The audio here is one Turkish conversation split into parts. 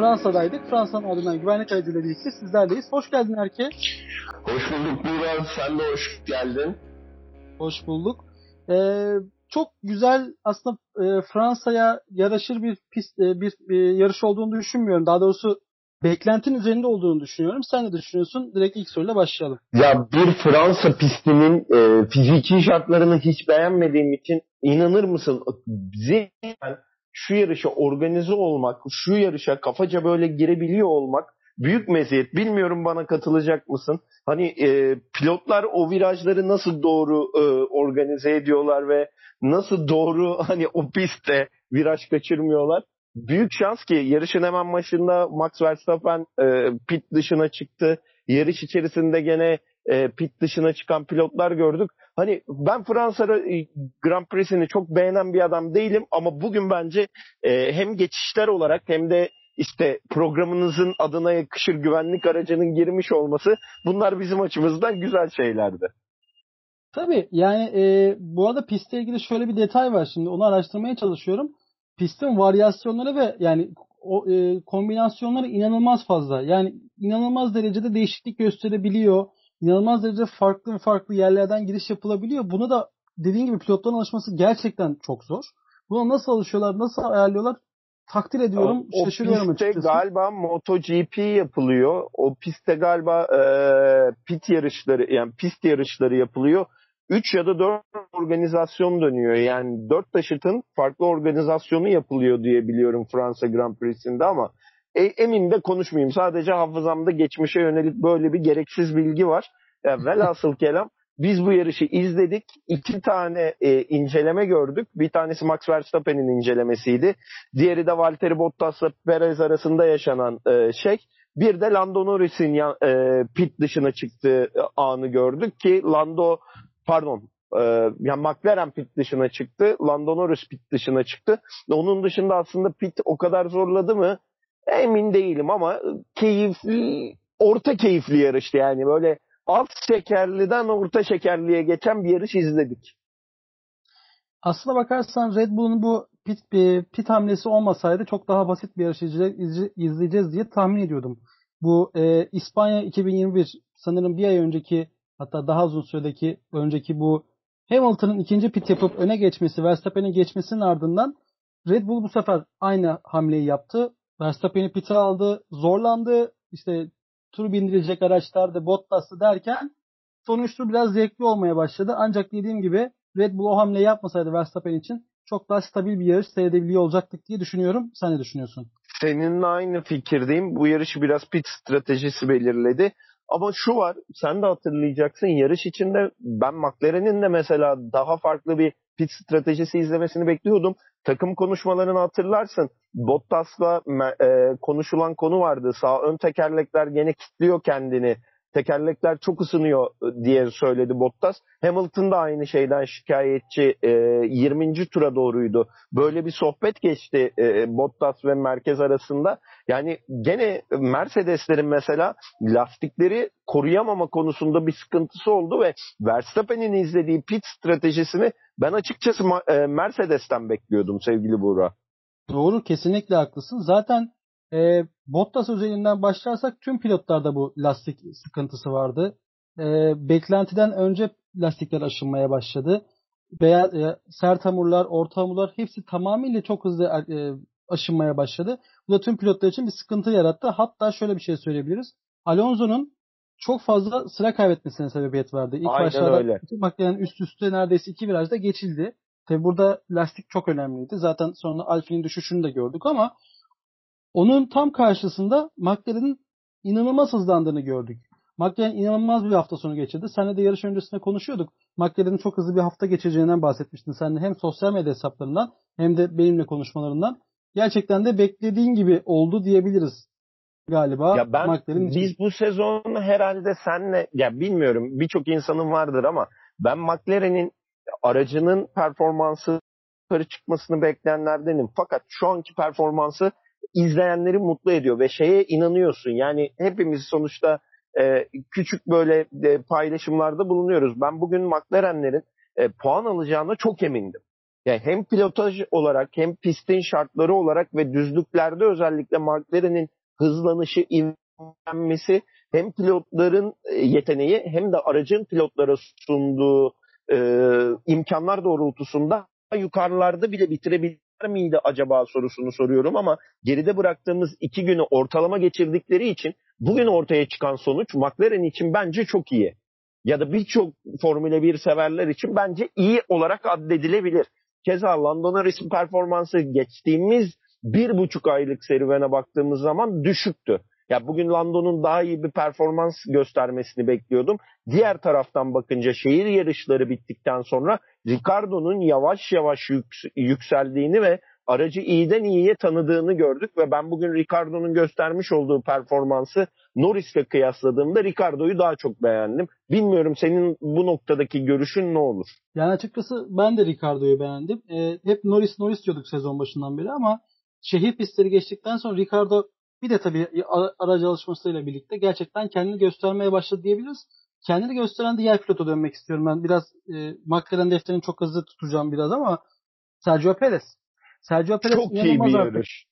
Fransa'daydık. Fransa'nın ardından güvenlik aracıyla birlikte sizlerleyiz. Hoş geldin Erke. Hoş bulduk Burak. Sen de hoş geldin. Hoş bulduk. Çok güzel aslında Fransa'ya yaraşır bir pist, bir yarış olduğunu düşünmüyorum. Daha doğrusu beklentinin üzerinde olduğunu düşünüyorum. Sen ne düşünüyorsun? Direkt ilk soruyla başlayalım. Ya bir Fransa pistinin fiziki şartlarını hiç beğenmediğim için inanır mısın? Zihnen şu yarışa organize olmak, şu yarışa kafaca böyle girebiliyor olmak büyük meziyet. Bilmiyorum, bana katılacak mısın? Hani pilotlar o virajları nasıl doğru organize ediyorlar ve nasıl doğru hani o pistte viraj kaçırmıyorlar. Büyük şans ki yarışın hemen başında Max Verstappen pit dışına çıktı. Yarış içerisinde gene pit dışına çıkan pilotlar gördük. Hani ben Fransa Grand Prix'sini çok beğenen bir adam değilim ama bugün bence hem geçişler olarak hem de işte programınızın adına yakışır güvenlik aracının girmiş olması, bunlar bizim açımızdan güzel şeylerdi. Tabii yani bu arada pistle ilgili şöyle bir detay var, şimdi onu araştırmaya çalışıyorum. Pistin varyasyonları ve yani kombinasyonları inanılmaz fazla. Yani inanılmaz derecede değişiklik gösterebiliyor. İnanılmaz derecede farklı farklı yerlerden giriş yapılabiliyor. Bunu da dediğin gibi pilotların alışması gerçekten çok zor. Buna nasıl alışıyorlar, nasıl ayarlıyorlar takdir ediyorum. O Şaşırıyorum pistte açıkçası. galiba MotoGP yapılıyor. O pistte galiba pit yarışları, yani pist yarışları yapılıyor. 3 ya da 4 organizasyon dönüyor. Yani 4 taşıtın farklı organizasyonu yapılıyor diye biliyorum Fransa Grand Prix'sinde ama emin de konuşmayayım. Sadece hafızamda geçmişe yönelik böyle bir gereksiz bilgi var. Velhasıl kelam, biz bu yarışı izledik. 2 tane inceleme gördük. Bir tanesi Max Verstappen'in incelemesiydi. Diğeri de Valtteri Bottas'la Perez arasında yaşanan şey. Bir de Lando Norris'in pit dışına çıktığı anı gördük ki yani McLaren pit dışına çıktı. Lando Norris pit dışına çıktı. Onun dışında aslında pit o kadar zorladı mı? Emin değilim ama keyifli, orta keyifli yarıştı yani. Böyle az şekerliden orta şekerliye geçen bir yarış izledik. Aslına bakarsan Red Bull'un bu pit hamlesi olmasaydı çok daha basit bir yarış izleyeceğiz diye tahmin ediyordum. Bu İspanya 2021 sanırım bir ay önceki, hatta daha uzun süredeki önceki bu Hamilton'ın ikinci pit yapıp öne geçmesi, Verstappen'in geçmesinin ardından Red Bull bu sefer aynı hamleyi yaptı. Verstappen'i pit'e aldı, zorlandı. İşte tur bindirecek araçlardı, Bottas'ı derken sonuçta biraz zevkli olmaya başladı. Ancak dediğim gibi Red Bull o hamleyi yapmasaydı Verstappen için çok daha stabil bir yarış seyredebiliyor olacaktık diye düşünüyorum. Sen ne düşünüyorsun? Seninle aynı fikirdeyim. Bu yarışı biraz pit stratejisi belirledi. Ama şu var, sen de hatırlayacaksın. Yarış içinde ben McLaren'in de mesela daha farklı bir pit stratejisi izlemesini bekliyordum. Takım konuşmalarını hatırlarsın. Bottas'la konuşulan konu vardı. Sağ ön tekerlekler gene kilitliyor kendini. Tekerlekler çok ısınıyor diye söyledi Bottas. Hamilton da aynı şeyden şikayetçi. 20. tura doğruydu. Böyle bir sohbet geçti Bottas ve Merkez arasında. Yani gene Mercedeslerin mesela lastikleri koruyamama konusunda bir sıkıntısı oldu ve Verstappen'in izlediği pit stratejisini ben açıkçası Mercedes'ten bekliyordum sevgili Buğra. Doğru, kesinlikle haklısın. Zaten Bottas üzerinden başlarsak tüm pilotlarda bu lastik sıkıntısı vardı. Beklentiden önce lastikler aşınmaya başladı. Sert hamurlar, orta hamurlar hepsi tamamıyla çok hızlı aşınmaya başladı. Bu da tüm pilotlar için bir sıkıntı yarattı. Hatta şöyle bir şey söyleyebiliriz. Alonso'nun çok fazla sıra kaybetmesine sebebiyet verdi. İlk Aynen başlarda öyle. iki McLaren üst üste neredeyse iki virajda geçildi. Tabi burada lastik çok önemliydi. Zaten sonra Alfine'in düşüşünü de gördük ama onun tam karşısında McLaren'in inanılmaz hızlandığını gördük. McLaren inanılmaz bir hafta sonu geçirdi. Seninle de yarış öncesinde konuşuyorduk. McLaren'in çok hızlı bir hafta geçireceğinden bahsetmiştin. Seninle hem sosyal medya hesaplarından hem de benimle konuşmalarından. Gerçekten de beklediğin gibi oldu diyebiliriz galiba Ya McLaren için. biz bu sezon herhalde senle, ya bilmiyorum, birçok insanın vardır ama ben McLaren'in aracının performansı yukarı çıkmasını bekleyenlerdenim. Fakat şu anki performansı izleyenleri mutlu ediyor ve şeye inanıyorsun. Yani hepimiz sonuçta küçük böyle paylaşımlarda bulunuyoruz. Ben bugün McLaren'lerin puan alacağına çok emindim. Yani hem pilotaj olarak hem pistin şartları olarak ve düzlüklerde özellikle McLaren'in hızlanışı, ivmelenmesi hem pilotların yeteneği hem de aracın pilotlara sunduğu imkanlar doğrultusunda yukarılarda bile bitirebilir miydi acaba sorusunu soruyorum ama geride bıraktığımız 2 günü ortalama geçirdikleri için bugün ortaya çıkan sonuç McLaren için bence çok iyi. Ya da birçok Formula 1 severler için bence iyi olarak addedilebilir. Keza Lando Norris'in performansı geçtiğimiz 1,5 aylık serüvene baktığımız zaman düşüktü. Ya bugün Lando'nun daha iyi bir performans göstermesini bekliyordum. Diğer taraftan bakınca şehir yarışları bittikten sonra Ricardo'nun yavaş yavaş yükseldiğini ve aracı iyiden iyiye tanıdığını gördük ve ben bugün Ricardo'nun göstermiş olduğu performansı Norris'le kıyasladığımda Ricardo'yu daha çok beğendim. Bilmiyorum senin bu noktadaki görüşün ne olur? Yani açıkçası ben de Ricardo'yu beğendim. Hep Norris diyorduk sezon başından beri ama şehir pistleri geçtikten sonra Ricardo bir de tabii aracı alışmasıyla birlikte gerçekten kendini göstermeye başladı diyebiliriz. Kendini gösteren diğer pilota dönmek istiyorum. Ben biraz McLaren defterini çok hızlı tutacağım biraz ama Sergio Perez. Sergio Perez çok iyi bir yarış.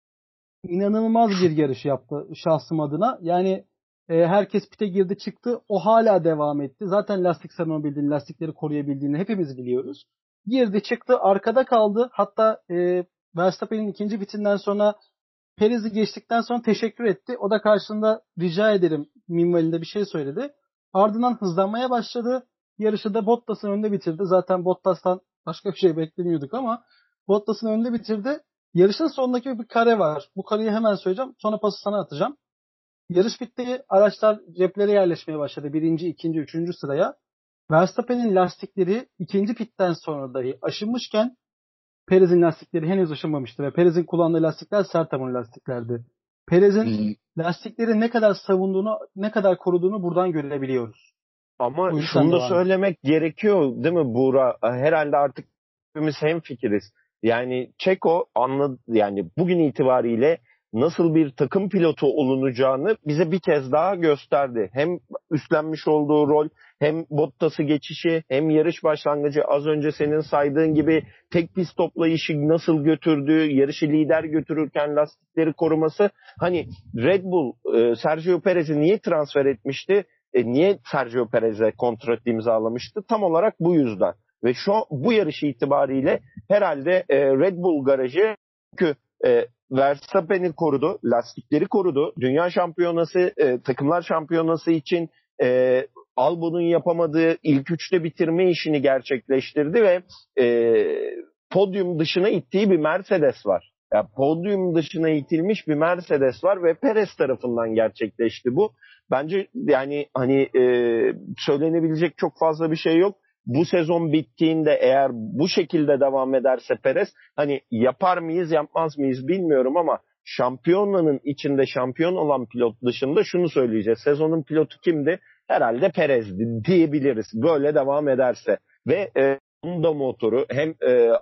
İnanılmaz bir yarış yaptı şahsım adına. Yani herkes pite girdi çıktı. O hala devam etti. Zaten lastik sarınabildiğini, lastikleri koruyabildiğini hepimiz biliyoruz. Girdi çıktı. Arkada kaldı. Hatta Verstappen'in ikinci pitinden sonra Perez'i geçtikten sonra teşekkür etti. O da karşılığında rica ederim minvalinde bir şey söyledi. Ardından hızlanmaya başladı. Yarışı da Bottas'ın önünde bitirdi. Zaten Bottas'tan başka bir şey beklemiyorduk ama Bottas'ın önünde bitirdi. Yarışın sonundaki bir kare var. Bu kareyi hemen söyleyeceğim. Sonra pası sana atacağım. Yarış bitti. Araçlar ceplere yerleşmeye başladı. Birinci, ikinci, üçüncü sıraya. Verstappen'in lastikleri ikinci pitten sonra dahi aşınmışken Perez'in lastikleri henüz aşınmamıştı ve Perez'in kullandığı lastikler sert taban lastiklerdi. Perez'in lastikleri ne kadar savunduğunu, ne kadar koruduğunu buradan görebiliyoruz. Ama şunu da söylemek gerekiyor değil mi Buğra? Herhalde artık hepimiz hemfikiriz. Yani Çeko anladı, yani bugün itibariyle nasıl bir takım pilotu olunacağını bize bir kez daha gösterdi. Hem üstlenmiş olduğu rol, hem Bottas'ı geçişi, hem yarış başlangıcı, az önce senin saydığın gibi tek pist toplayışı nasıl götürdüğü, yarışı lider götürürken lastikleri koruması. Hani Red Bull Sergio Perez'i niye transfer etmişti? Niye Sergio Perez'e kontrat imzalamıştı? Tam olarak bu yüzden. Ve bu yarış itibariyle herhalde Red Bull garajı çünkü Verstappen'i korudu, lastikleri korudu. Dünya şampiyonası, takımlar şampiyonası için Albon'un yapamadığı ilk üçte bitirme işini gerçekleştirdi ve podyum dışına ittiği bir Mercedes var. Yani podyum dışına itilmiş bir Mercedes var ve Perez tarafından gerçekleşti bu. Bence yani hani söylenebilecek çok fazla bir şey yok. Bu sezon bittiğinde eğer bu şekilde devam ederse Perez, hani yapar mıyız yapmaz mıyız bilmiyorum ama şampiyonanın içinde şampiyon olan pilot dışında şunu söyleyeceğiz. Sezonun pilotu kimdi? Herhalde Perez'di diyebiliriz. Böyle devam ederse. Ve Honda motoru hem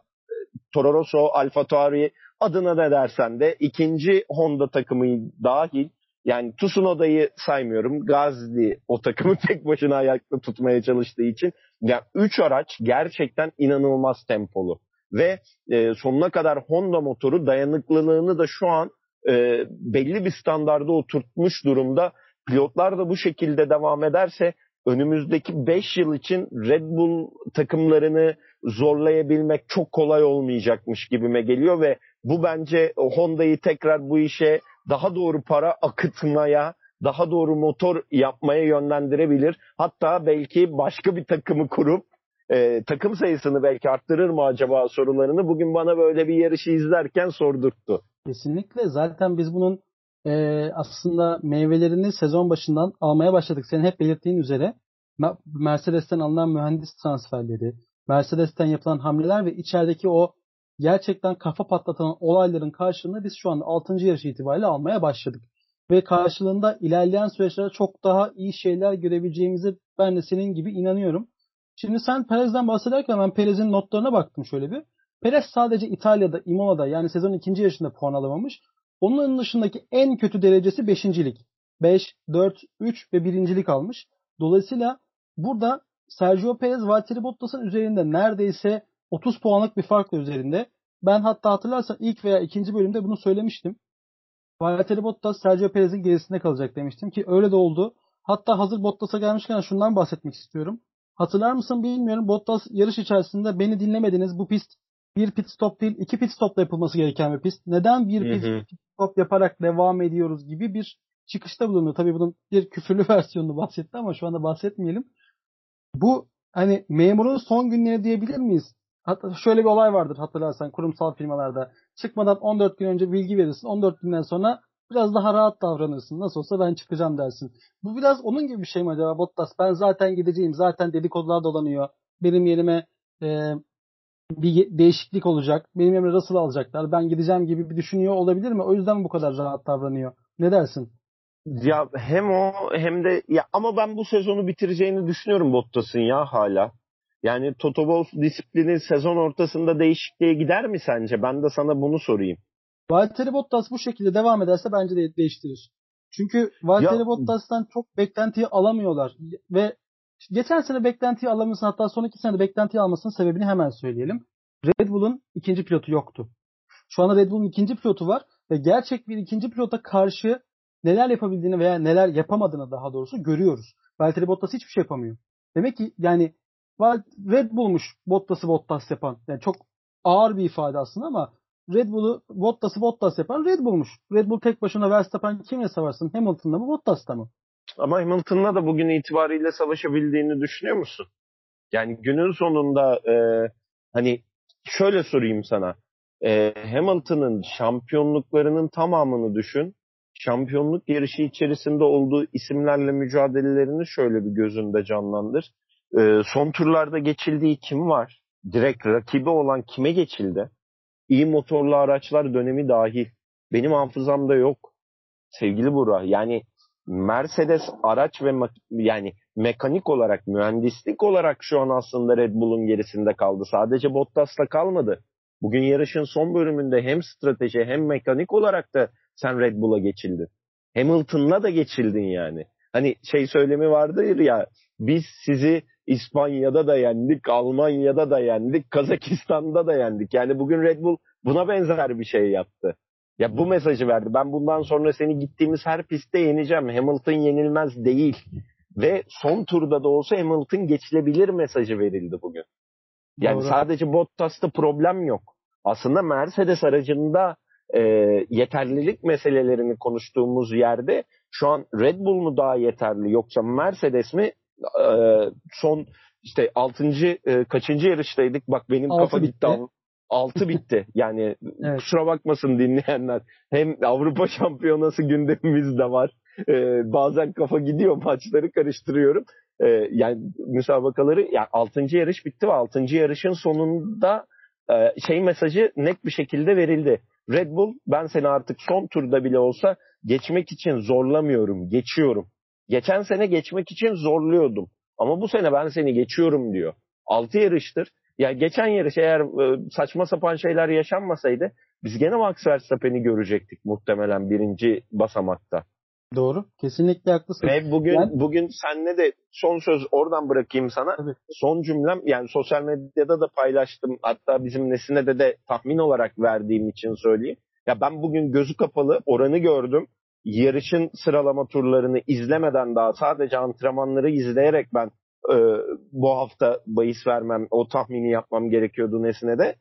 Toro Rosso, AlphaTauri adına ne dersen de ikinci Honda takımı dahil, yani Tsunoda'yı saymıyorum. Gasly o takımı tek başına ayakta tutmaya çalıştığı için yani 3 araç gerçekten inanılmaz tempolu. Ve sonuna kadar Honda motoru dayanıklılığını da şu an belli bir standarda oturtmuş durumda. Pilotlar da bu şekilde devam ederse önümüzdeki 5 yıl için Red Bull takımlarını zorlayabilmek çok kolay olmayacakmış gibime geliyor ve bu bence Honda'yı tekrar bu işe daha doğru para akıtmaya, daha doğru motor yapmaya yönlendirebilir. Hatta belki başka bir takımı kurup takım sayısını belki arttırır mı acaba sorularını bugün bana böyle bir yarışı izlerken sordurttu. Kesinlikle. Zaten biz bunun aslında meyvelerini sezon başından almaya başladık. Senin hep belirttiğin üzere Mercedes'ten alınan mühendis transferleri, Mercedes'ten yapılan hamleler ve içerideki o gerçekten kafa patlatan olayların karşılığını biz şu anda 6. yarış itibariyle almaya başladık. Ve karşılığında ilerleyen süreçlerde çok daha iyi şeyler görebileceğimize ben de senin gibi inanıyorum. Şimdi sen Perez'den bahsederken ben Perez'in notlarına baktım şöyle bir. Perez sadece İtalya'da, Imola'da yani sezonun ikinci yarışında puan alamamış. Onun dışındaki en kötü derecesi 5.lik. 5, 4, 3 ve 1.lik almış. Dolayısıyla burada Sergio Perez, Valtteri Bottas'ın üzerinde neredeyse 30 puanlık bir farkla üzerinde. Ben hatta hatırlarsan ilk veya ikinci bölümde bunu söylemiştim. Valtteri Bottas Sergio Perez'in gerisinde kalacak demiştim ki öyle de oldu. Hatta hazır Bottas'a gelmişken şundan bahsetmek istiyorum. Hatırlar mısın bilmiyorum. Bottas yarış içerisinde beni dinlemediniz. Bu pist bir pit stop değil, iki pit stopla yapılması gereken bir pist. Neden bir pit stop yaparak devam ediyoruz gibi bir çıkışta bulundu. Tabii bunun bir küfürlü versiyonunu bahsetti ama şu anda bahsetmeyelim. Bu hani memurun son günleri diyebilir miyiz? Hatta şöyle bir olay vardır hatırlarsan kurumsal firmalarda. Çıkmadan 14 gün önce bilgi verirsin. 14 günden sonra biraz daha rahat davranırsın. Nasıl olsa ben çıkacağım dersin. Bu biraz onun gibi bir şey mi acaba Bottas? Ben zaten gideceğim. Zaten dedikodular dolanıyor. Benim yerime bir değişiklik olacak. Benim yerime Russell alacaklar. Ben gideceğim gibi bir düşünüyor olabilir mi? O yüzden mi bu kadar rahat davranıyor? Ne dersin? Ya hem o hem de ya ama ben bu sezonu bitireceğini düşünüyorum Bottas'ın ya hala. Yani Toto Wolff disiplini sezon ortasında değişikliğe gider mi sence? Ben de sana bunu sorayım. Valtteri Bottas bu şekilde devam ederse bence de değiştirir. Çünkü Ya Valtteri Bottas'tan çok beklentiyi alamıyorlar. Ve geçen sene beklentiyi alamıyorsun, hatta son 2 senede beklentiyi almasının sebebini hemen söyleyelim. Red Bull'un ikinci pilotu yoktu. Şu anda Red Bull'un ikinci pilotu var ve gerçek bir ikinci pilota karşı neler yapabildiğini veya neler yapamadığını daha doğrusu görüyoruz. Valtteri Bottas hiçbir şey yapamıyor. Demek ki yani Red Bull'muş Bottas'ı Bottas yapan. Yani çok ağır bir ifade aslında ama Red Bull'u Bottas yapan Red Bull'muş. Red Bull tek başına Verstappen kimle savaşsın? Hamilton'la mı Bottas'la mı? ama Hamilton'la da bugün itibariyle savaşabildiğini düşünüyor musun? Yani günün sonunda hani şöyle sorayım sana. Hamilton'ın şampiyonluklarının tamamını düşün. Şampiyonluk yarışı içerisinde olduğu isimlerle mücadelelerini şöyle bir gözünde canlandır. Son turlarda geçildiği kim var? Direkt rakibi olan kime geçildi? İyi motorlu araçlar dönemi dahil. Benim hafızamda yok. Sevgili Burak, yani Mercedes araç ve yani mekanik olarak, mühendislik olarak şu an aslında Red Bull'un gerisinde kaldı. Sadece Bottas'la kalmadı. Bugün yarışın son bölümünde hem strateji hem mekanik olarak da sen Red Bull'a geçildin. Hamilton'la da geçildin yani. Hani şey söylemi vardır ya, biz sizi İspanya'da da yendik, Almanya'da da yendik, Kazakistan'da da yendik. Yani bugün Red Bull buna benzer bir şey yaptı. Ya bu mesajı verdi. Ben bundan sonra seni gittiğimiz her pistte yeneceğim. Hamilton yenilmez değil. Ve son turda da olsa Hamilton geçilebilir mesajı verildi bugün. Yani Doğru. sadece Bottas'ta problem yok. Aslında Mercedes aracında yeterlilik meselelerini konuştuğumuz yerde şu an Red Bull mu daha yeterli yoksa Mercedes mi? Son işte 6. Kaçıncı yarıştaydık? Bak benim kafa gitti. 6 bitti. Yani evet. Kusura bakmasın dinleyenler. Hem Avrupa Şampiyonası gündemimiz de var. Bazen kafa gidiyor, maçları karıştırıyorum. Yani müsabakaları yani 6. yarış bitti ve 6. yarışın sonunda mesajı net bir şekilde verildi. Red Bull, ben seni artık son turda bile olsa geçmek için zorlamıyorum, geçiyorum. Geçen sene geçmek için zorluyordum. Ama bu sene ben seni geçiyorum diyor. 6 yarıştır. Ya geçen yarış eğer saçma sapan şeyler yaşanmasaydı biz gene Max Verstappen'i görecektik muhtemelen birinci basamakta. Doğru. Kesinlikle haklısın. Ve bugün senle de son söz oradan bırakayım sana. Tabii. Son cümlem, yani sosyal medyada da paylaştım. Hatta bizim Nesin'e de tahmin olarak verdiğim için söyleyeyim. Ya ben bugün gözü kapalı oranı gördüm. Yarışın sıralama turlarını izlemeden daha sadece antrenmanları izleyerek ben bu hafta bahis vermem, o tahmini yapmam gerekiyordu Nesin'e de.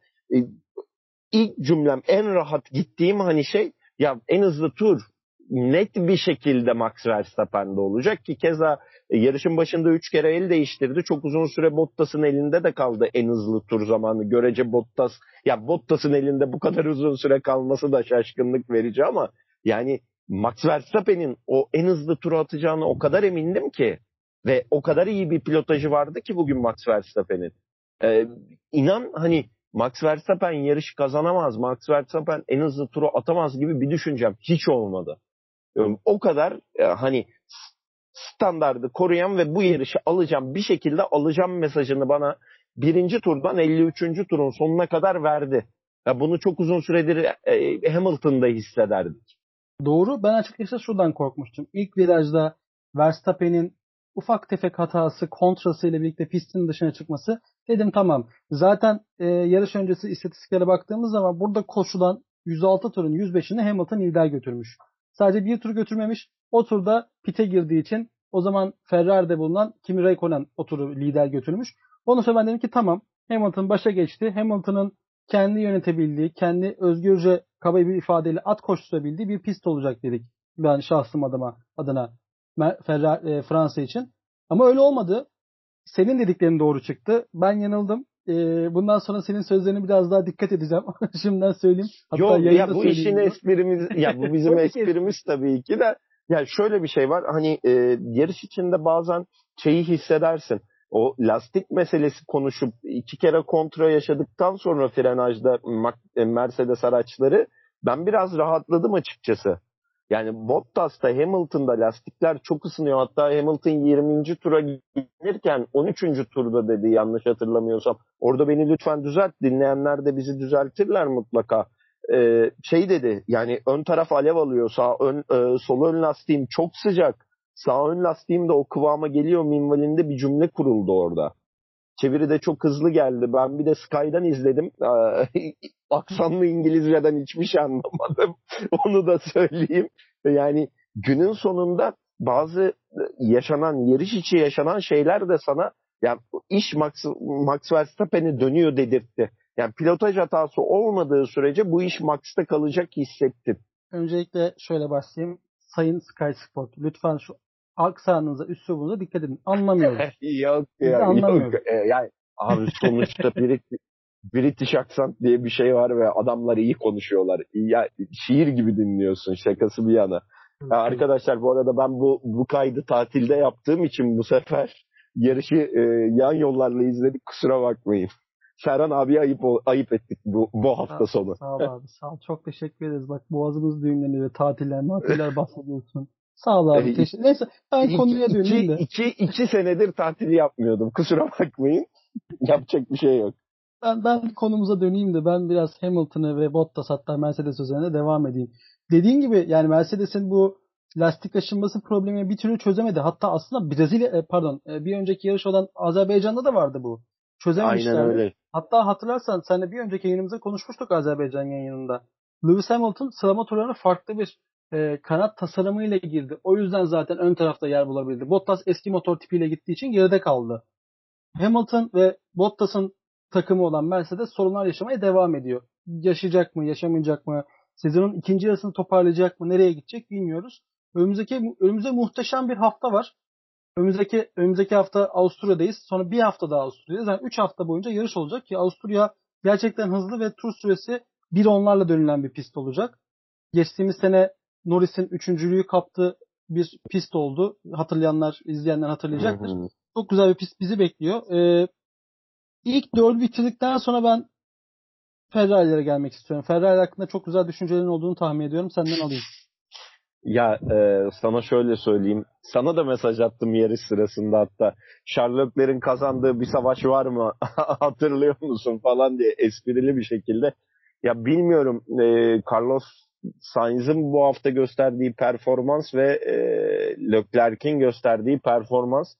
İlk cümlem, en rahat gittiğim hani şey, ya en hızlı tur net bir şekilde Max Verstappen'de olacak ki keza yarışın başında 3 kere el değiştirdi. Çok uzun süre Bottas'ın elinde de kaldı en hızlı tur zamanı. Görece Bottas, ya Bottas'ın elinde bu kadar uzun süre kalması da şaşkınlık verici ama yani Max Verstappen'in o en hızlı turu atacağını o kadar emindim ki ve o kadar iyi bir pilotajı vardı ki bugün Max Verstappen'in. İnan hani Max Verstappen yarış kazanamaz, Max Verstappen en hızlı turu atamaz gibi bir düşüncem hiç olmadı. O kadar hani standardı koruyan ve bu yarışı alacağım, bir şekilde alacağım mesajını bana birinci turdan 53. turun sonuna kadar verdi. Ya bunu çok uzun süredir Hamilton'da hissederdik. Doğru. Ben açıkçası şuradan korkmuştum. İlk virajda Verstappen'in ufak tefek hatası, kontrasıyla birlikte pistin dışına çıkması, dedim tamam. Zaten yarış öncesi istatistiklere baktığımız zaman burada koşulan 106 turun 105'ini Hamilton lider götürmüş. Sadece bir tur götürmemiş. O turda pite girdiği için o zaman Ferrari'de bulunan Kimi Räikkönen o turu lider götürmüş. Ondan sonra ben dedim ki tamam, Hamilton başa geçti. Hamilton'ın kendi yönetebildiği, kendi özgürce, kaba bir ifadeyle at koşturabildiği bir pist olacak dedik. Ben şahsım adına Fransa için. Ama öyle olmadı. Senin dediklerin doğru çıktı. Ben yanıldım. Bundan sonra senin sözlerine biraz daha dikkat edeceğim. Şimdiden söyleyeyim. Hatta Yok ya, bu söyleyeyim işin bunu. esprimiz, ya bu bizim esprimiz tabii ki de. Ya şöyle bir şey var. Hani yarış içinde bazen şeyi hissedersin. O lastik meselesi konuşup 2 kere kontra yaşadıktan sonra frenajda Mercedes araçları, ben biraz rahatladım açıkçası. Yani Bottas'ta, Hamilton'da lastikler çok ısınıyor. Hatta Hamilton 20. tura gelirken 13. turda dedi, yanlış hatırlamıyorsam. Orada beni lütfen düzelt. Dinleyenler de bizi düzeltirler mutlaka. Şey dedi, yani ön taraf alev alıyor. Sol ön lastiğim çok sıcak. Sağ ön lastiğim de o kıvama geliyor minvalinde bir cümle kuruldu orada. Çeviri de çok hızlı geldi. Ben bir de Sky'dan izledim. Aksanlı İngilizceden hiçbir şey anlamadım. Onu da söyleyeyim. Yani günün sonunda bazı yarış içi yaşanan şeyler de sana, yani iş Max Verstappen'e dönüyor dedirtti. Yani pilotaj hatası olmadığı sürece bu iş Max'ta kalacak hissettim. Öncelikle şöyle başlayayım. Sayın Sky Sport, lütfen şu aksanınıza, üslubunuza dikkat edin. Anlamıyoruz. Yok Biz ya, anlamıyoruz. yok. Yani abi sonuçta British accent diye bir şey var ve adamlar iyi konuşuyorlar. Ya, şiir gibi dinliyorsun, şakası bir yana. Ya arkadaşlar, bu arada ben bu kaydı tatilde yaptığım için bu sefer yarışı yan yollarla izledik, kusura bakmayın. Serhan abiye ayıp ettik bu hafta sonu. Sağ ol abi, sağ ol. Çok teşekkür ederiz. Bak, boğazımız düğümleniyor, tatiller bahsediyorsun. Sağ ol abi. Neyse, ben konuya döneyim de. İki senedir tatil yapmıyordum, kusura bakmayın. Yapacak bir şey yok. Ben konumuza döneyim de ben biraz Hamilton'ı ve Bottas, hatta Mercedes üzerine devam edeyim. Dediğin gibi yani Mercedes'in bu lastik aşınması problemi bir türlü çözemedi. Hatta aslında bir önceki yarış olan Azerbaycan'da da vardı bu. Çözememişler. Aynen öyle. Hatta hatırlarsan seninle bir önceki yayınımızda konuşmuştuk Azerbaycan yayınında. Lewis Hamilton sıralama turlarına farklı bir kanat tasarımıyla girdi. O yüzden zaten ön tarafta yer bulabildi. Bottas eski motor tipiyle gittiği için geride kaldı. Hamilton ve Bottas'ın takımı olan Mercedes sorunlar yaşamaya devam ediyor. Yaşayacak mı, yaşamayacak mı? Sezonun ikinci yarısını toparlayacak mı? Nereye gidecek bilmiyoruz. Önümüzde muhteşem bir hafta var. Önümüzdeki hafta Avusturya'dayız. Sonra bir hafta daha Avusturya'dayız. Yani 3 hafta boyunca yarış olacak ki Avusturya gerçekten hızlı ve tur süresi 1:10'larla dönülen bir pist olacak. Geçtiğimiz sene Norris'in üçüncülüğü kaptığı bir pist oldu. İzleyenler hatırlayacaktır. Çok güzel bir pist bizi bekliyor. İlk dördü bitirdikten sonra ben Ferrari'lere gelmek istiyorum. Ferrari hakkında çok güzel düşüncelerin olduğunu tahmin ediyorum. Senden alayım. Ya sana şöyle söyleyeyim. Sana da mesaj attım yarış sırasında hatta. Sherlock'lerin kazandığı bir savaş var mı? Hatırlıyor musun falan diye esprili bir şekilde. Ya bilmiyorum, Carlos Sainz'ın bu hafta gösterdiği performans ve Leclerc'in gösterdiği performans.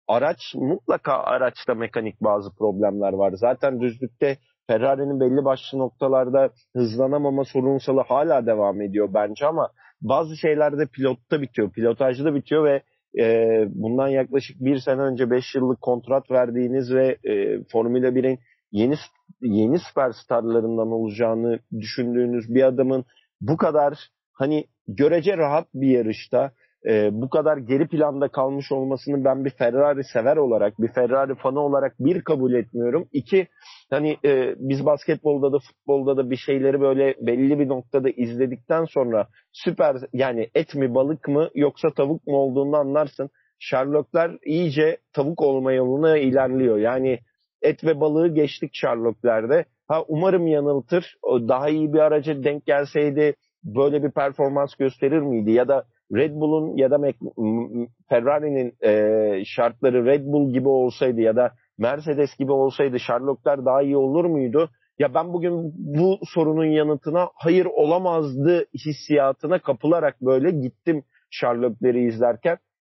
Araçta mekanik bazı problemler var. Zaten düzlükte Ferrari'nin belli başlı noktalarda hızlanamama sorunsalı hala devam ediyor bence, ama bazı şeyler de pilotta bitiyor, pilotajda bitiyor ve bundan yaklaşık 1 sene önce 5 yıllık kontrat verdiğiniz ve Formula 1'in yeni süperstarlarından olacağını düşündüğünüz bir adamın bu kadar hani görece rahat bir yarışta bu kadar geri planda kalmış olmasını ben bir Ferrari sever olarak, bir Ferrari fanı olarak bir kabul etmiyorum. İki, hani biz basketbolda da futbolda da bir şeyleri böyle belli bir noktada izledikten sonra süper, yani et mi balık mı yoksa tavuk mu olduğunu anlarsın. Sherlockler iyice tavuk olma yoluna ilerliyor. Yani et ve balığı geçtik Sherlock'lerde. Umarım yanıltır. Daha iyi bir araca denk gelseydi böyle bir performans gösterir miydi? Ya da Red Bull'un ya da Ferrari'nin şartları Red Bull gibi olsaydı ya da Mercedes gibi olsaydı Sherlockler daha iyi olur muydu? Ya ben bugün bu sorunun yanıtına hayır olamazdı hissiyatına kapılarak böyle gittim Sherlockleri izlerken.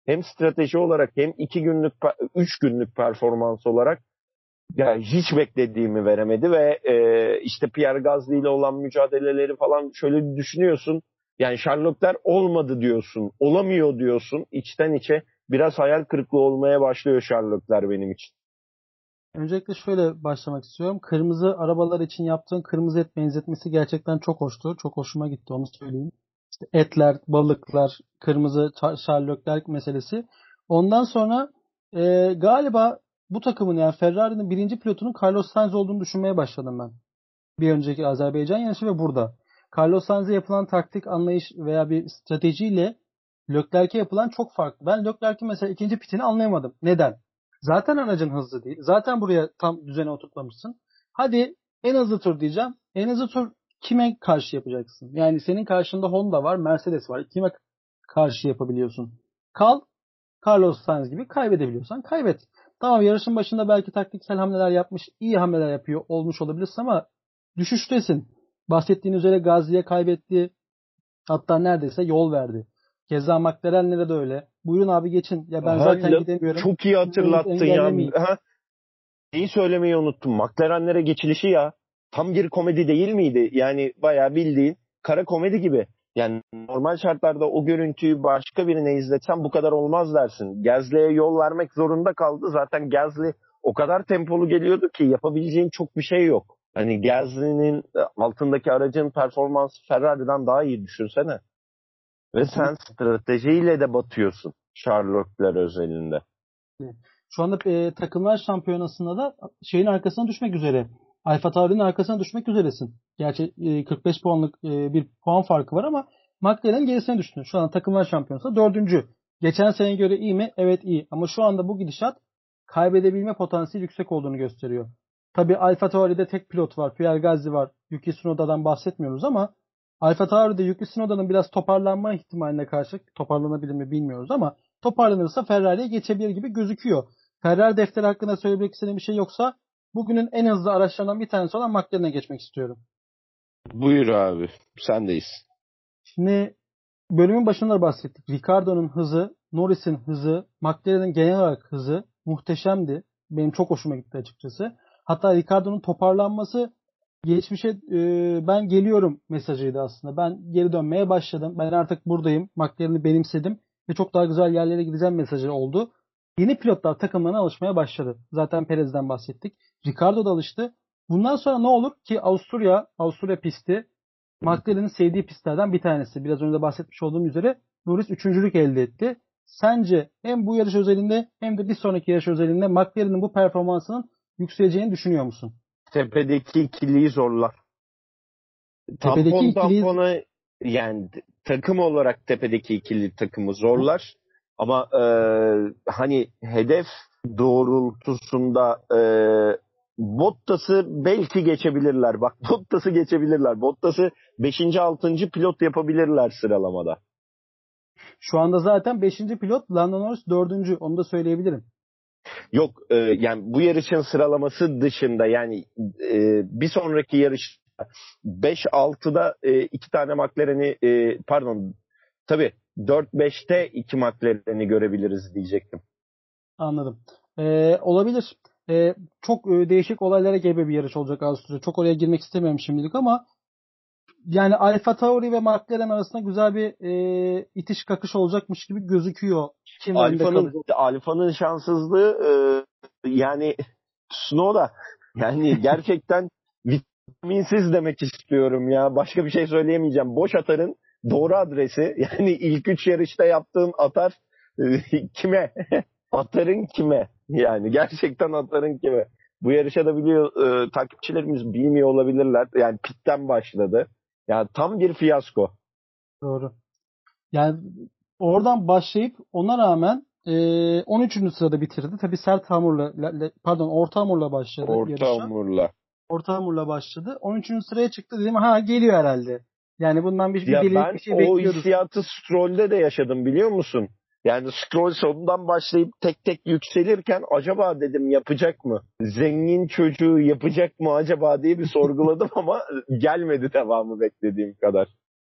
hem strateji olarak hem 3 günlük performans olarak ya hiç beklediğimi veremedi ve işte Pierre Gasly ile olan mücadeleleri falan şöyle bir düşünüyorsun. Yani Sherlock olmadı diyorsun, olamıyor diyorsun. İçten içe biraz hayal kırıklığı olmaya başlıyor Sherlock benim için. Öncelikle şöyle başlamak istiyorum. Kırmızı arabalar için yaptığın kırmızı et benzetmesi gerçekten çok hoştu. Çok hoşuma gitti, onu söyleyeyim. İşte etler, balıklar, kırmızı Sherlock meselesi. Ondan sonra galiba bu takımın, yani Ferrari'nin birinci pilotunun Carlos Sainz olduğunu düşünmeye başladım ben. Bir önceki Azerbaycan yarışı ve burada. Carlos Sainz'e yapılan taktik anlayış veya bir stratejiyle Leclerc'e yapılan çok farklı. Ben Leclerc'in mesela ikinci pitini anlayamadım. Neden? Zaten aracın hızlı değil. Zaten buraya tam düzene oturtmamışsın. Hadi en hızlı tur diyeceğim. En hızlı tur kime karşı yapacaksın? Yani senin karşında Honda var, Mercedes var. Kime karşı yapabiliyorsun? Kal, Carlos Sainz gibi, kaybedebiliyorsan kaybet. Tamam, yarışın başında belki taktiksel hamleler yapmış, iyi hamleler yapıyor olmuş olabilirsin ama düşüştesin. Bahsettiğin üzere Gazli'ye kaybetti. Hatta neredeyse yol verdi. Keza McLaren'lere de öyle. Buyurun abi geçin. Ya ben zaten gidemiyorum. Çok iyi hatırlattın ya. İyi söylemeyi unuttum. McLaren'lere geçilişi ya. Tam bir komedi değil miydi? Yani bayağı bildiğin kara komedi gibi. Yani normal şartlarda o görüntüyü başka birine izletsem bu kadar olmaz dersin. Gasly'ye yol vermek zorunda kaldı. Zaten Gasly o kadar tempolu geliyordu ki yapabileceğin çok bir şey yok. Hani Gasly'nin altındaki aracın performansı Ferrari'den daha iyi, düşünsene. Ve sen stratejiyle de batıyorsun Sherlock'lar özelinde. Şu anda takımlar şampiyonasında da şeyin arkasına düşmek üzere. AlphaTauri'nin arkasına düşmek üzeresin. Gerçi 45 puanlık bir puan farkı var ama McLaren'in gerisine düştün. Şu an takımlar şampiyonasında 4. Geçen seneye göre iyi mi? Evet, iyi. Ama şu anda bu gidişat kaybedebilme potansiyeli yüksek olduğunu gösteriyor. Tabii AlphaTauri'de tek pilot var. Pierre Gasly var. Yuki Tsunoda'dan bahsetmiyoruz ama AlphaTauri'de Yuki Tsunoda'nın biraz toparlanma ihtimaline karşı, toparlanabilir mi bilmiyoruz ama toparlanırsa Ferrari'ye geçebilir gibi gözüküyor. Ferrari defteri hakkında söylemek istediğim bir şey yoksa bugünün en hızlı araçlarından bir tanesi olan McLaren'e geçmek istiyorum. Buyur abi, sendeyiz. Şimdi bölümün başında bahsettik. Ricardo'nun hızı, Norris'in hızı, McLaren'in genel olarak hızı muhteşemdi. Benim çok hoşuma gitti açıkçası. Hatta Ricardo'nun toparlanması geçmişe ben geliyorum mesajıydı aslında. Ben geri dönmeye başladım. Ben artık buradayım. McLaren'i benimsedim ve çok daha güzel yerlere gideceğim mesajı oldu. Yeni pilotlar takımlarına alışmaya başladı. Zaten Perez'den bahsettik. Ricardo da alıştı. Bundan sonra ne olur ki Avusturya pisti McLaren'in sevdiği pistlerden bir tanesi. Biraz önce de bahsetmiş olduğum üzere Norris 3.'lük elde etti. Sence hem bu yarış özelinde hem de bir sonraki yarış özelinde McLaren'in bu performansının yükseleceğini düşünüyor musun? Tepedeki ikiliyi zorlar. Tampona yani takım olarak tepedeki ikili takımı zorlar. Ama hani hedef doğrultusunda Bottas'ı belki geçebilirler. Bak, Bottas'ı geçebilirler. Bottas'ı 5. 6. pilot yapabilirler sıralamada. Şu anda zaten 5. pilot, Lando Norris 4. Onu da söyleyebilirim. Yok yani bu yarışın sıralaması dışında, yani bir sonraki yarış 5-6'da 2 tane McLaren'i tabii 4-5'te 2 McLaren'i görebiliriz diyecektim. Anladım. Olabilir. Çok değişik olaylara gebe bir yarış olacak Avusturya. Çok oraya girmek istemiyorum şimdilik ama yani AlphaTauri ve McLaren arasında güzel bir itiş kakış olacakmış gibi gözüküyor. Kim önde kalacak? Alfa'nın şanssızlığı yani Tsunoda. Yani gerçekten vitaminsiz demek istiyorum ya. Başka bir şey söyleyemeyeceğim. Boş atarın doğru adresi. Yani ilk 3 yarışta yaptığın atar kime? Atarın kime? Yani gerçekten atarın kime? Bu yarışa da takipçilerimiz bilmiyor olabilirler. Yani pitten başladı. Yani tam bir fiyasko. Doğru. Yani oradan başlayıp ona rağmen 13. sırada bitirdi. Tabii sert hamurla orta hamurla başladı yarışa. Orta hamurla başladı. 13. sıraya çıktı, dedim ha geliyor herhalde. Yani bundan bir delilik bir şey bekliyoruz. Ben o hissiyatı Stroll'de de yaşadım, biliyor musun? Yani Stroll sonundan başlayıp tek tek yükselirken acaba dedim yapacak mı? Zengin çocuğu yapacak mı acaba diye bir sorguladım ama gelmedi devamı beklediğim kadar.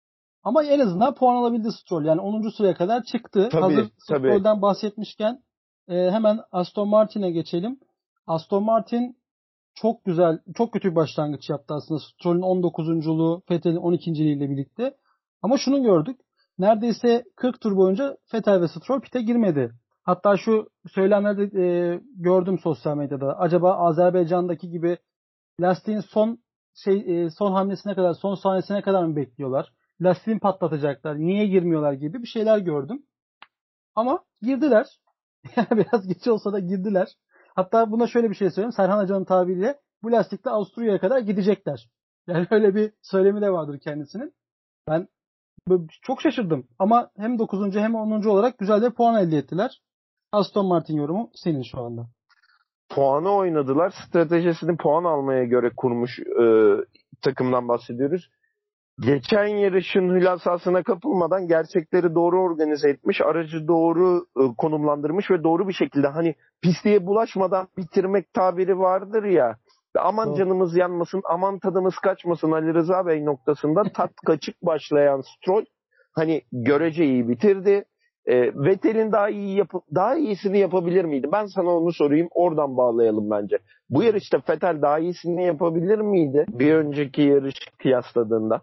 Ama en azından puan alabildi Stroll. Yani 10. sıraya kadar çıktı. Tabii, Hazır tabii. Stroll'den bahsetmişken hemen Aston Martin'e geçelim. Aston Martin çok güzel, çok kötü bir başlangıç yaptı aslında. Stroll'ün 19.luğu, Vettel'in 12.liği ile birlikte. Ama şunu gördük. Neredeyse 40 tur boyunca Vettel ve Stroll pit'e girmedi. Hatta şu söylemleri gördüm sosyal medyada. Acaba Azerbaycan'daki gibi lastiğin son hamlesine kadar, son saniyesine kadar mı bekliyorlar? Lastiğini patlatacaklar. Niye girmiyorlar gibi bir şeyler gördüm. Ama girdiler. Biraz geç olsa da girdiler. Hatta buna şöyle bir şey söyleyeyim. Serhan Hoca'nın tabiriyle bu lastikle Avusturya'ya kadar gidecekler. Yani öyle bir söylemi de vardır kendisinin. Ben çok şaşırdım. Ama hem 9. hem 10. olarak güzel bir puan elde ettiler. Aston Martin yorumu senin şu anda. Puanı oynadılar. Stratejisini puan almaya göre kurmuş takımdan bahsediyoruz. Geçen yarışın hülasasına kapılmadan gerçekleri doğru organize etmiş, aracı doğru konumlandırmış ve doğru bir şekilde hani pisliğe bulaşmadan bitirmek tabiri vardır ya. Aman canımız yanmasın, aman tadımız kaçmasın Ali Rıza Bey noktasında tat kaçık başlayan Stroll hani görece iyi bitirdi. Vettel'in daha iyisini yapabilir miydi? Ben sana onu sorayım, oradan bağlayalım bence. Bu yarışta Vettel daha iyisini yapabilir miydi bir önceki yarış kıyasladığında?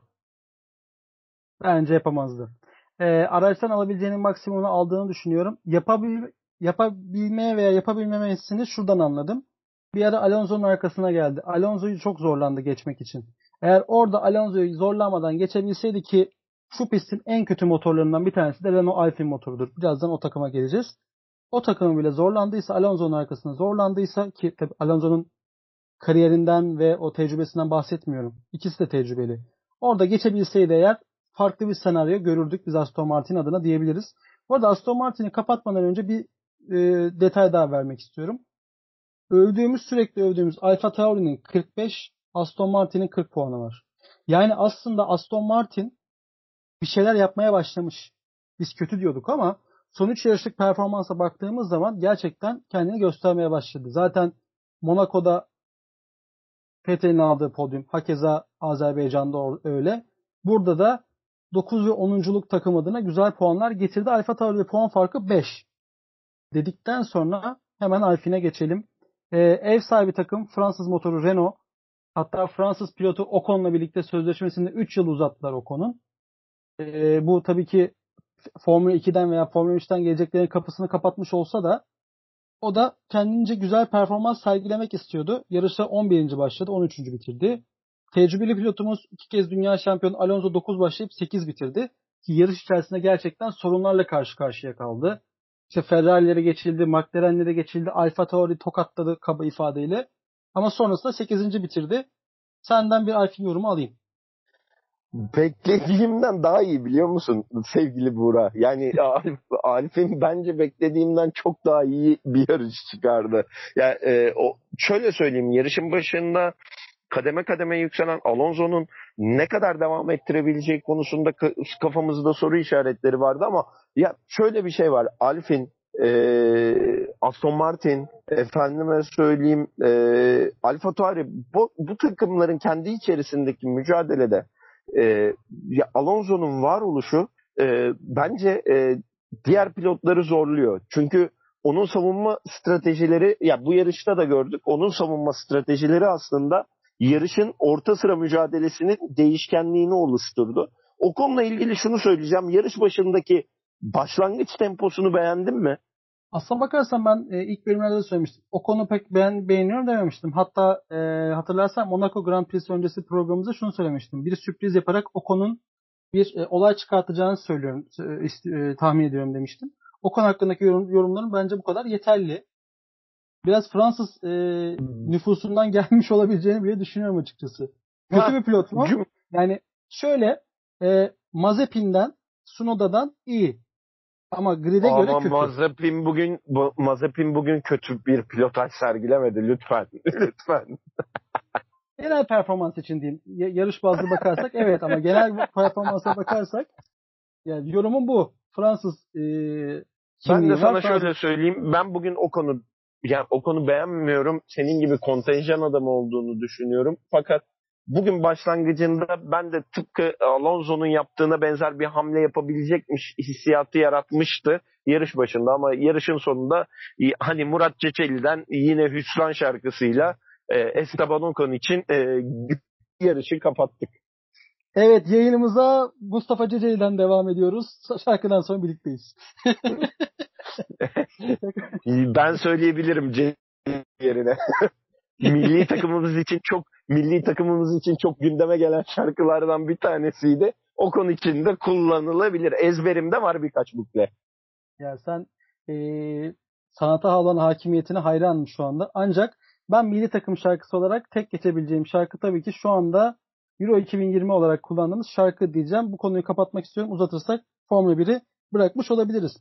Bence yapamazdı. Araçtan alabileceğinin maksimumunu aldığını düşünüyorum. Yapabilmeye veya yapabilmemesini şuradan anladım. Bir ara Alonso'nun arkasına geldi. Alonso'yu çok zorlandı geçmek için. Eğer orada Alonso'yu zorlamadan geçebilseydi ki şu pistin en kötü motorlarından bir tanesi de Renault Alpine motorudur. Birazdan o takıma geleceğiz. O takımı bile zorlandıysa, Alonso'nun arkasına zorlandıysa ki tabii Alonso'nun kariyerinden ve o tecrübesinden bahsetmiyorum. İkisi de tecrübeli. Orada geçebilseydi eğer farklı bir senaryo görürdük biz Aston Martin adına diyebiliriz. Bu arada Aston Martin'i kapatmadan önce bir detay daha vermek istiyorum. Sürekli övdüğümüz Alfa Tauri'nin 45, Aston Martin'in 40 puanı var. Yani aslında Aston Martin bir şeyler yapmaya başlamış. Biz kötü diyorduk ama son 3 yarışlık performansa baktığımız zaman gerçekten kendini göstermeye başladı. Zaten Monaco'da Vettel'in aldığı podyum. Hakeza Azerbaycan'da öyle. Burada da 9 ve 10.luk takım adına güzel puanlar getirdi. Alfa Tauri'de puan farkı 5. Dedikten sonra hemen Alpine'e geçelim. Ev sahibi takım Fransız motoru Renault. Hatta Fransız pilotu Ocon'la birlikte sözleşmesini 3 yıl uzattılar Ocon'un. Bu tabii ki Formula 2'den veya Formula 3'ten geleceklerin kapısını kapatmış olsa da o da kendince güzel performans sergilemek istiyordu. Yarışa 11. başladı, 13. bitirdi. Tecrübeli pilotumuz 2 kez dünya şampiyonu Alonso 9 başlayıp 8 bitirdi. Ki yarış içerisinde gerçekten sorunlarla karşı karşıya kaldı. İşte Ferrari'lere geçildi, McLaren'lere geçildi, Alfa Tauri tokatladı kaba ifadeyle. Ama sonrasında 8. bitirdi. Senden bir Alpine yorumu alayım. Beklediğimden daha iyi biliyor musun sevgili Buğra? Yani Alp'in bence beklediğimden çok daha iyi bir yarış çıkardı. Yani şöyle söyleyeyim, yarışın başında kademe kademe yükselen Alonso'nun ne kadar devam ettirebileceği konusunda kafamızda soru işaretleri vardı ama ya şöyle bir şey var. Alpine, Aston Martin, efendime söyleyeyim Alfa Tauri bu takımların kendi içerisindeki mücadelede Alonso'nun varoluşu bence diğer pilotları zorluyor. Çünkü onun savunma stratejileri, ya bu yarışta da gördük, onun savunma stratejileri aslında yarışın orta sıra mücadelesinin değişkenliğini oluşturdu. O konuyla ilgili şunu söyleyeceğim. Yarış başındaki başlangıç temposunu beğendin mi? Aslına bakarsan ben ilk bölümlerde de söylemiştim. O konu pek beğeniyorum dememiştim. Hatta hatırlarsan Monaco Grand Prix öncesi programımızda şunu söylemiştim. Bir sürpriz yaparak Ocon'un bir olay çıkartacağını söylüyorum, tahmin ediyorum demiştim. Ocon hakkındaki yorumlarım bence bu kadar yeterli. Biraz Fransız nüfusundan gelmiş olabileceğini bile düşünüyorum açıkçası. Kötü bir pilot mu? Yani şöyle Mazepin'den, Tsunoda'dan iyi. Ama grid'e göre kötü. Mazepin bugün kötü bir pilotaj sergilemedi lütfen. Lütfen. Genel performans için diyeyim. Yarış bazlı bakarsak evet ama genel performansa bakarsak yani yorumum bu. Fransız ben de sana şöyle söyleyeyim. Ben bugün o konu beğenmiyorum. Senin gibi kontenjan adamı olduğunu düşünüyorum. Fakat bugün başlangıcında ben de tıpkı Alonso'nun yaptığına benzer bir hamle yapabilecekmiş hissiyatı yaratmıştı yarış başında, ama yarışın sonunda hani Murat Ceceli'den yine hüsran şarkısıyla Esteban Ocon için yarışı kapattık. Evet, yayınımıza Mustafa Ceceli'den devam ediyoruz. Şarkıdan sonra birlikteyiz. Ben söyleyebilirim Ceceli yerine. Milli takımımız için çok gündeme gelen şarkılardan bir tanesiydi. O konu için de kullanılabilir. Ezberimde var birkaç bukle. Ya sen sanata olan hakimiyetine hayranım şu anda. Ancak ben milli takım şarkısı olarak tek geçebileceğim şarkı tabii ki şu anda Euro 2020 olarak kullandığımız şarkı diyeceğim. Bu konuyu kapatmak istiyorum. Uzatırsak Formula 1'i bırakmış olabiliriz.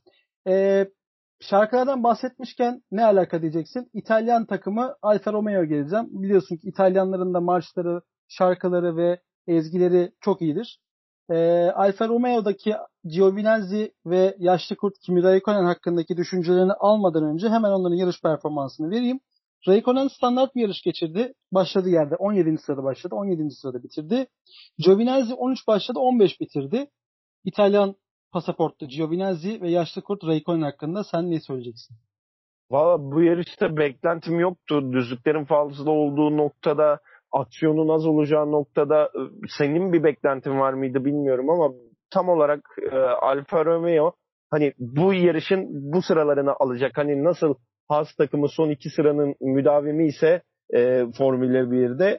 Şarkılardan bahsetmişken ne alaka diyeceksin? İtalyan takımı Alfa Romeo geleceğim. Biliyorsun ki İtalyanların da marşları, şarkıları ve ezgileri çok iyidir. Alfa Romeo'daki Giovinazzi ve yaşlı kurt Kimi Räikkönen hakkındaki düşüncelerini almadan önce hemen onların yarış performansını vereyim. Räikkönen standart bir yarış geçirdi. Başladığı yerde 17. sırada başladı. 17. sırada bitirdi. Giovinazzi 13 başladı. 15 bitirdi. İtalyan pasaportlu Giovinazzi ve yaşlı kurt Räikkönen hakkında sen ne söyleyeceksin? Valla bu yarışta beklentim yoktu. Düzlüklerin fazla olduğu noktada, aksiyonun az olacağı noktada senin bir beklentin var mıydı bilmiyorum, ama tam olarak Alfa Romeo hani bu yarışın bu sıralarını alacak. Hani nasıl Haas takımı son 2 sıranın müdavimi ise Formula 1'de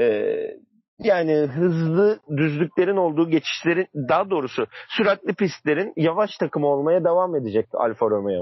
yani hızlı düzlüklerin olduğu geçişlerin, daha doğrusu süratli pistlerin yavaş takımı olmaya devam edecek Alfa Romeo.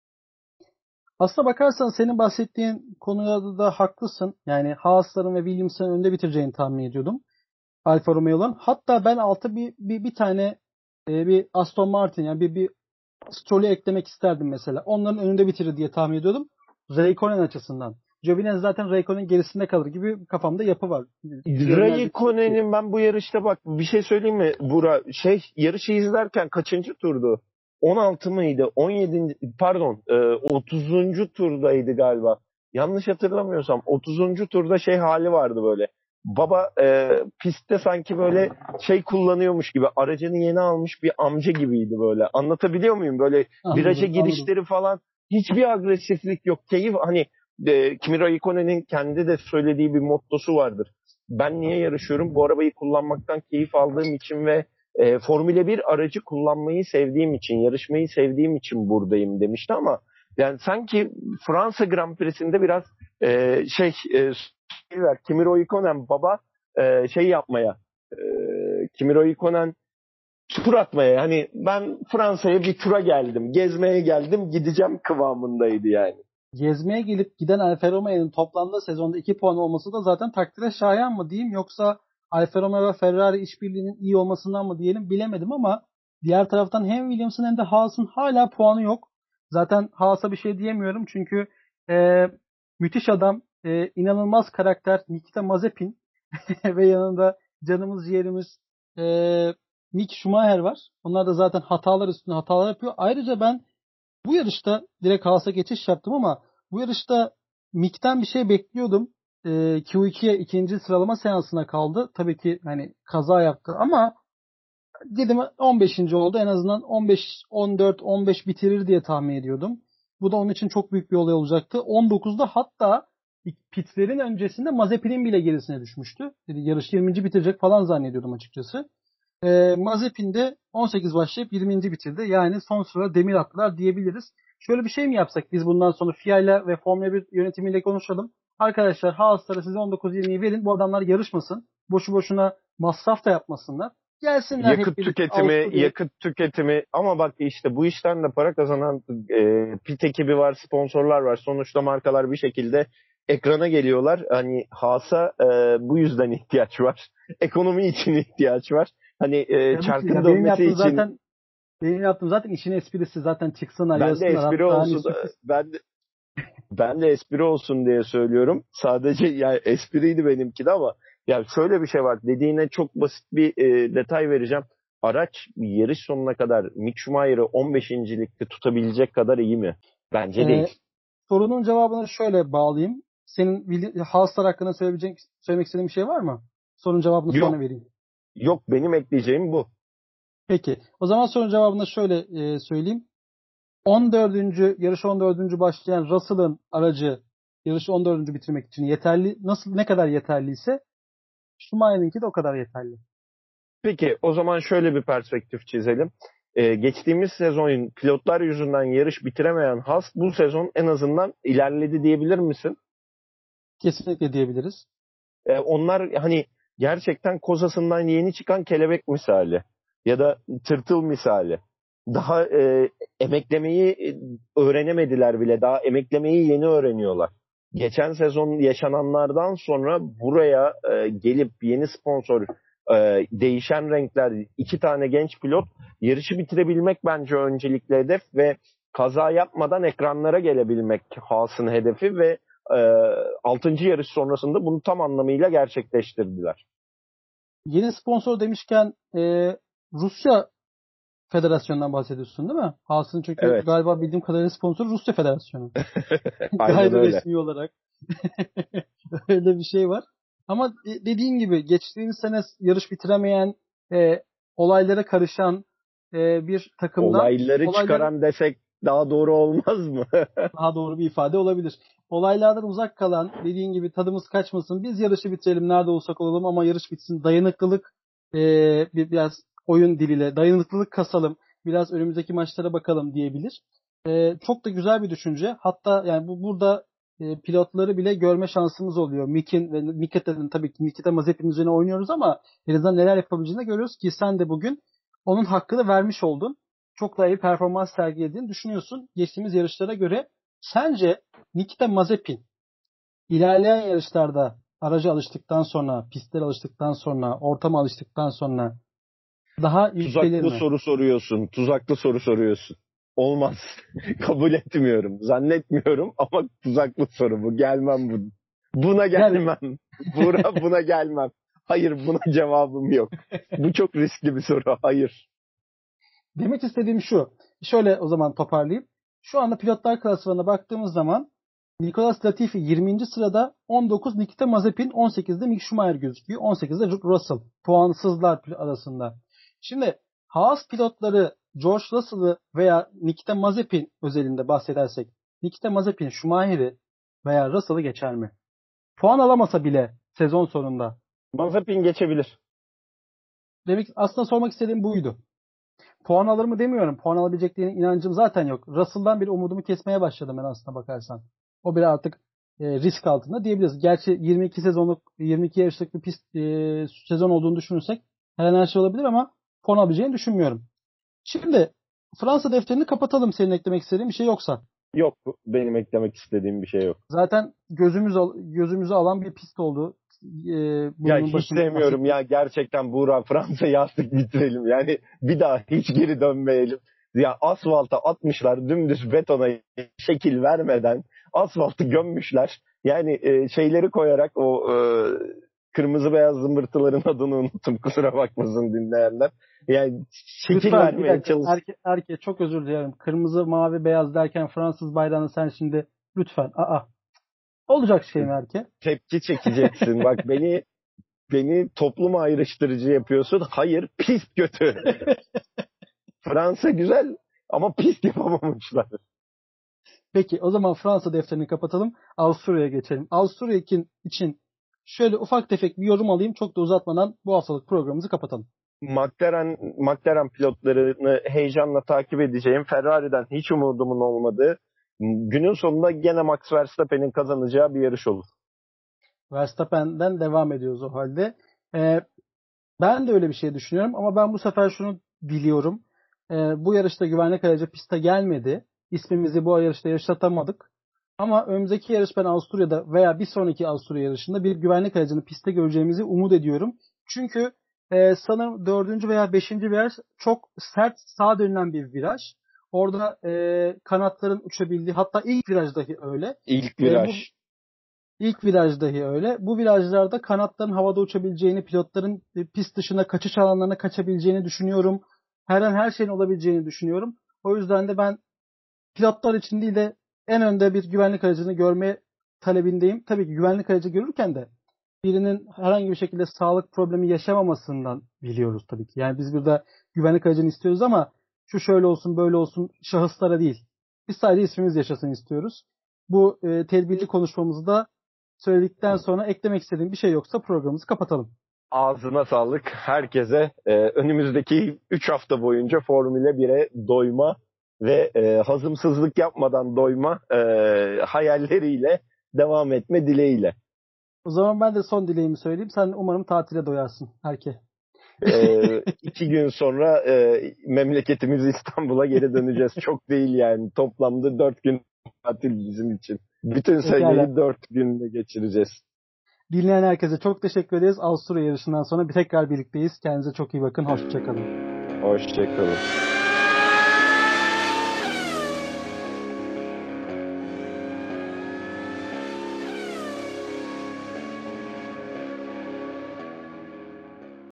Aslına bakarsan senin bahsettiğin konuda da haklısın. Yani Haas'ların ve Williams'ın önde bitireceğini tahmin ediyordum. Alfa Romeo'ların. Hatta ben altta bir tane bir Aston Martin, yani bir Stroll'ü eklemek isterdim mesela. Onların önünde bitirir diye tahmin ediyordum. Raikkonen açısından. Giovinazzi zaten Raikkonen'in gerisinde kalır gibi kafamda yapı var. Raikkonen'in ben bu yarışta bak bir şey söyleyeyim mi Burak? Yarışı izlerken kaçıncı turdu? 16 mıydı? 17. Pardon, 30. turdaydı galiba. Yanlış hatırlamıyorsam 30. turda hali vardı böyle. Baba pistte sanki böyle kullanıyormuş gibi, aracını yeni almış bir amca gibiydi böyle. Anlatabiliyor muyum? Böyle viraja girişleri falan hiçbir agresiflik yok. Keyif, hani Kimi Räikkönen'in kendi de söylediği bir mottosu vardır. Ben niye yarışıyorum? Bu arabayı kullanmaktan keyif aldığım için ve Formula 1 aracı kullanmayı sevdiğim için, yarışmayı sevdiğim için buradayım demişti, ama yani sanki Fransa Grand Prix'sinde biraz Kimi Räikkönen baba yapmaya, Kimi Räikkönen tur atmaya, hani ben Fransa'ya bir tura geldim, gezmeye geldim, gideceğim kıvamındaydı yani. Gezmeye gelip giden Alfa Romeo'nun toplamda sezonda 2 puan olması da zaten takdire şayan mı diyeyim, yoksa Alfa Romeo ve Ferrari işbirliğinin iyi olmasından mı diyelim bilemedim, ama diğer taraftan hem Williams'ın hem de Haas'ın hala puanı yok. Zaten Haas'a bir şey diyemiyorum çünkü müthiş adam, inanılmaz karakter Nikita Mazepin ve yanında canımız ciğerimiz Mick Schumacher var. Onlar da zaten hatalar üstüne hatalar yapıyor. Ayrıca ben bu yarışta direkt Haas'a geçiş yaptım, ama bu yarışta Mick'ten bir şey bekliyordum. Q2'ye ikinci sıralama seansına kaldı. Tabii ki hani kaza yaptı, ama dedim 15. oldu. En azından 15, 14, 15 bitirir diye tahmin ediyordum. Bu da onun için çok büyük bir olay olacaktı. 19'da hatta pitlerin öncesinde Mazepin'in bile gerisine düşmüştü. Yarış 20. bitirecek falan zannediyordum açıkçası. Mazepin de 18 başlayıp 20. bitirdi. Yani son sıra demir attılar diyebiliriz. Şöyle bir şey mi yapsak biz bundan sonra FIA ile ve Formula 1 yönetimiyle konuşalım. Arkadaşlar Haas'lara size 19-20'yi verin. Bu adamlar yarışmasın. Boşu boşuna masraf da yapmasınlar. Gelsinler yakıt tüketimi, ama bak işte bu işten de para kazanan pit ekibi var, sponsorlar var. Sonuçta markalar bir şekilde ekrana geliyorlar. Hani Haas'a bu yüzden ihtiyaç var. Ekonomi için ihtiyaç var. Hani çarkın dönmesi için. Benim yaptığım zaten işin esprisi, zaten çıksınlar. Ben de espri olsun diye söylüyorum. Sadece yani espriydi benimki de, ama yani şöyle bir şey var. Dediğine çok basit bir detay vereceğim. Araç yarış sonuna kadar Mick Schumacher'ı 15.likte tutabilecek kadar iyi mi? Bence değil. Sorunun cevabını şöyle bağlayayım. Senin Haaslar hakkında söylemek istediğin bir şey var mı? Sorunun cevabını Yok. sonra vereyim. Yok, benim ekleyeceğim bu. Peki. O zaman sorunun cevabını şöyle söyleyeyim. 14. yarış 14. başlayan Russell'ın aracı yarışı 14. bitirmek için yeterli. Ne kadar yeterliyse Schumacher'inki de o kadar yeterli. Peki o zaman şöyle bir perspektif çizelim. Geçtiğimiz sezon pilotlar yüzünden yarış bitiremeyen Haas bu sezon en azından ilerledi diyebilir misin? Kesinlikle diyebiliriz. Onlar hani gerçekten kozasından yeni çıkan kelebek misali ya da tırtıl misali. Daha emeklemeyi öğrenemediler bile. Daha emeklemeyi yeni öğreniyorlar. Geçen sezon yaşananlardan sonra buraya gelip yeni sponsor, değişen renkler, 2 tane genç pilot, yarışı bitirebilmek bence öncelikli hedef ve kaza yapmadan ekranlara gelebilmek Haas'ın hedefi ve 6. yarış sonrasında bunu tam anlamıyla gerçekleştirdiler. Yeni sponsor demişken Rusya Federasyonu'ndan bahsediyorsun değil mi? Haas'ın çünkü Evet. galiba bildiğim kadarıyla sponsoru Rusya Federasyonu. Aynen Gayri öyle. resmi olarak. Öyle bir şey var. Ama dediğim gibi geçtiğimiz sene yarış bitiremeyen, olaylara karışan bir takımdan Olayları çıkaran desek daha doğru olmaz mı? daha doğru bir ifade olabilir. Olaylardan uzak kalan, dediğin gibi tadımız kaçmasın, biz yarışı bitirelim nerede olsak olalım ama yarış bitsin, dayanıklılık biraz oyun diliyle dayanıklılık kasalım, biraz önümüzdeki maçlara bakalım diyebilir. Çok da güzel bir düşünce. Hatta yani burada pilotları bile görme şansımız oluyor. Mick'in ve Nikita'nın, tabii ki Nikita Mazepin üzerine oynuyoruz ama en azından neler yapabileceğini görüyoruz ki sen de bugün onun hakkını vermiş oldun. Çok daha iyi performans sergilediğini düşünüyorsun geçtiğimiz yarışlara göre. Sence Nikita Mazepin ilerleyen yarışlarda aracı alıştıktan sonra, pistlere alıştıktan sonra, ortama alıştıktan sonra daha yükselir Tuzaklı mi? soru soruyorsun. Tuzaklı soru soruyorsun. Olmaz. Kabul etmiyorum. Zannetmiyorum ama tuzaklı soru bu. Gelmem bu. Buna gelmem. Buna gelmem. Hayır, buna cevabım yok. Bu çok riskli bir soru. Hayır. Demek istediğim şu. Şöyle o zaman toparlayayım. Şu anda pilotlar klasmanına baktığımız zaman Nicolas Latifi 20. sırada, 19 Nikita Mazepin, 18'de Mick Schumacher gözüküyor. 18'de Russell. Puansızlar arasında. Şimdi Haas pilotları George Russell'ı veya Nikita Mazepin özelinde bahsedersek Nikita Mazepin Schumacher'i veya Russell'ı geçer mi? Puan alamasa bile sezon sonunda. Mazepin geçebilir. Demek aslında sormak istediğim buydu. Puan alır mı demiyorum. Puan alabileceklerine inancım zaten yok. Russell'dan bir umudumu kesmeye başladım ben aslına bakarsan. O bir artık risk altında diyebiliriz. Gerçi 22 yarışlık bir pist sezon olduğunu düşünürsek her şey olabilir ama puan alabileceğini düşünmüyorum. Şimdi Fransa defterini kapatalım, senin eklemek istediğin bir şey yoksa. Yok, benim eklemek istediğim bir şey yok. Zaten gözümüzü alan bir pist oldu. Ya hiç sevmiyorum ya, gerçekten Buğra, Fransa'yı artık bitirelim. Yani bir daha hiç geri dönmeyelim. Ya asfalta atmışlar, dümdüz betona şekil vermeden asfaltı gömmüşler. Yani şeyleri koyarak o kırmızı beyaz zımbırtıların adını unuttum, kusura bakmasın dinleyenler. Yani şekil lütfen, vermeye çalış. Erke çok özür dilerim. Kırmızı, mavi, beyaz derken Fransız bayrağını sen şimdi lütfen. Olacak şey mi Erke? Tepki çekeceksin. Bak beni toplum ayrıştırıcı yapıyorsun. Hayır, pis kötü. Fransa güzel ama pis yapamamışlar. Peki o zaman Fransa defterini kapatalım. Avusturya'ya geçelim. Avusturya için şöyle ufak tefek bir yorum alayım. Çok da uzatmadan bu haftalık programımızı kapatalım. McLaren pilotlarını heyecanla takip edeceğim. Ferrari'den hiç umudumun olmadığı, günün sonunda gene Max Verstappen'in kazanacağı bir yarış olur. Verstappen'den devam ediyoruz o halde. Ben de öyle bir şey düşünüyorum ama ben bu sefer şunu biliyorum. Bu yarışta güvenlik aracı piste gelmedi. İsmimizi bu yarışta yaşatamadık. Ama önümüzdeki yarış ben Avusturya'da veya bir sonraki Avusturya yarışında bir güvenlik aracını piste göreceğimizi umut ediyorum. Çünkü sanırım 4. veya 5. viraj çok sert sağa dönülen bir viraj. Orada kanatların uçabildiği, hatta ilk viraj dahi öyle. İlk viraj. İlk viraj dahi öyle. Bu virajlarda kanatların havada uçabileceğini, pilotların pist dışına kaçış alanlarına kaçabileceğini düşünüyorum. Her an her şeyin olabileceğini düşünüyorum. O yüzden de ben pilotlar için değil de en önde bir güvenlik aracını görme talebindeyim. Tabii ki güvenlik aracı görürken de birinin herhangi bir şekilde sağlık problemi yaşamamasından biliyoruz tabii ki. Yani biz burada güvenlik aracını istiyoruz ama şu şöyle olsun böyle olsun şahıslara değil. Biz sadece ismimiz yaşasın istiyoruz. Bu tedbirli konuşmamızı da söyledikten sonra eklemek istediğim bir şey yoksa programımızı kapatalım. Ağzına sağlık herkese. Önümüzdeki 3 hafta boyunca Formula 1'e doyma ve hazımsızlık yapmadan doyma hayalleriyle devam etme dileğiyle. O zaman ben de son dileğimi söyleyeyim. Sen umarım tatile doyarsın Erke. 2 gün sonra memleketimiz İstanbul'a geri döneceğiz. Çok değil yani. Toplamda 4 gün tatil bizim için. Bütün seneyi 4 günde geçireceğiz. Dinleyen herkese çok teşekkür ederiz. Avusturya yarışından sonra bir tekrar birlikteyiz. Kendinize çok iyi bakın. Hoşçakalın. Hoşçakalın.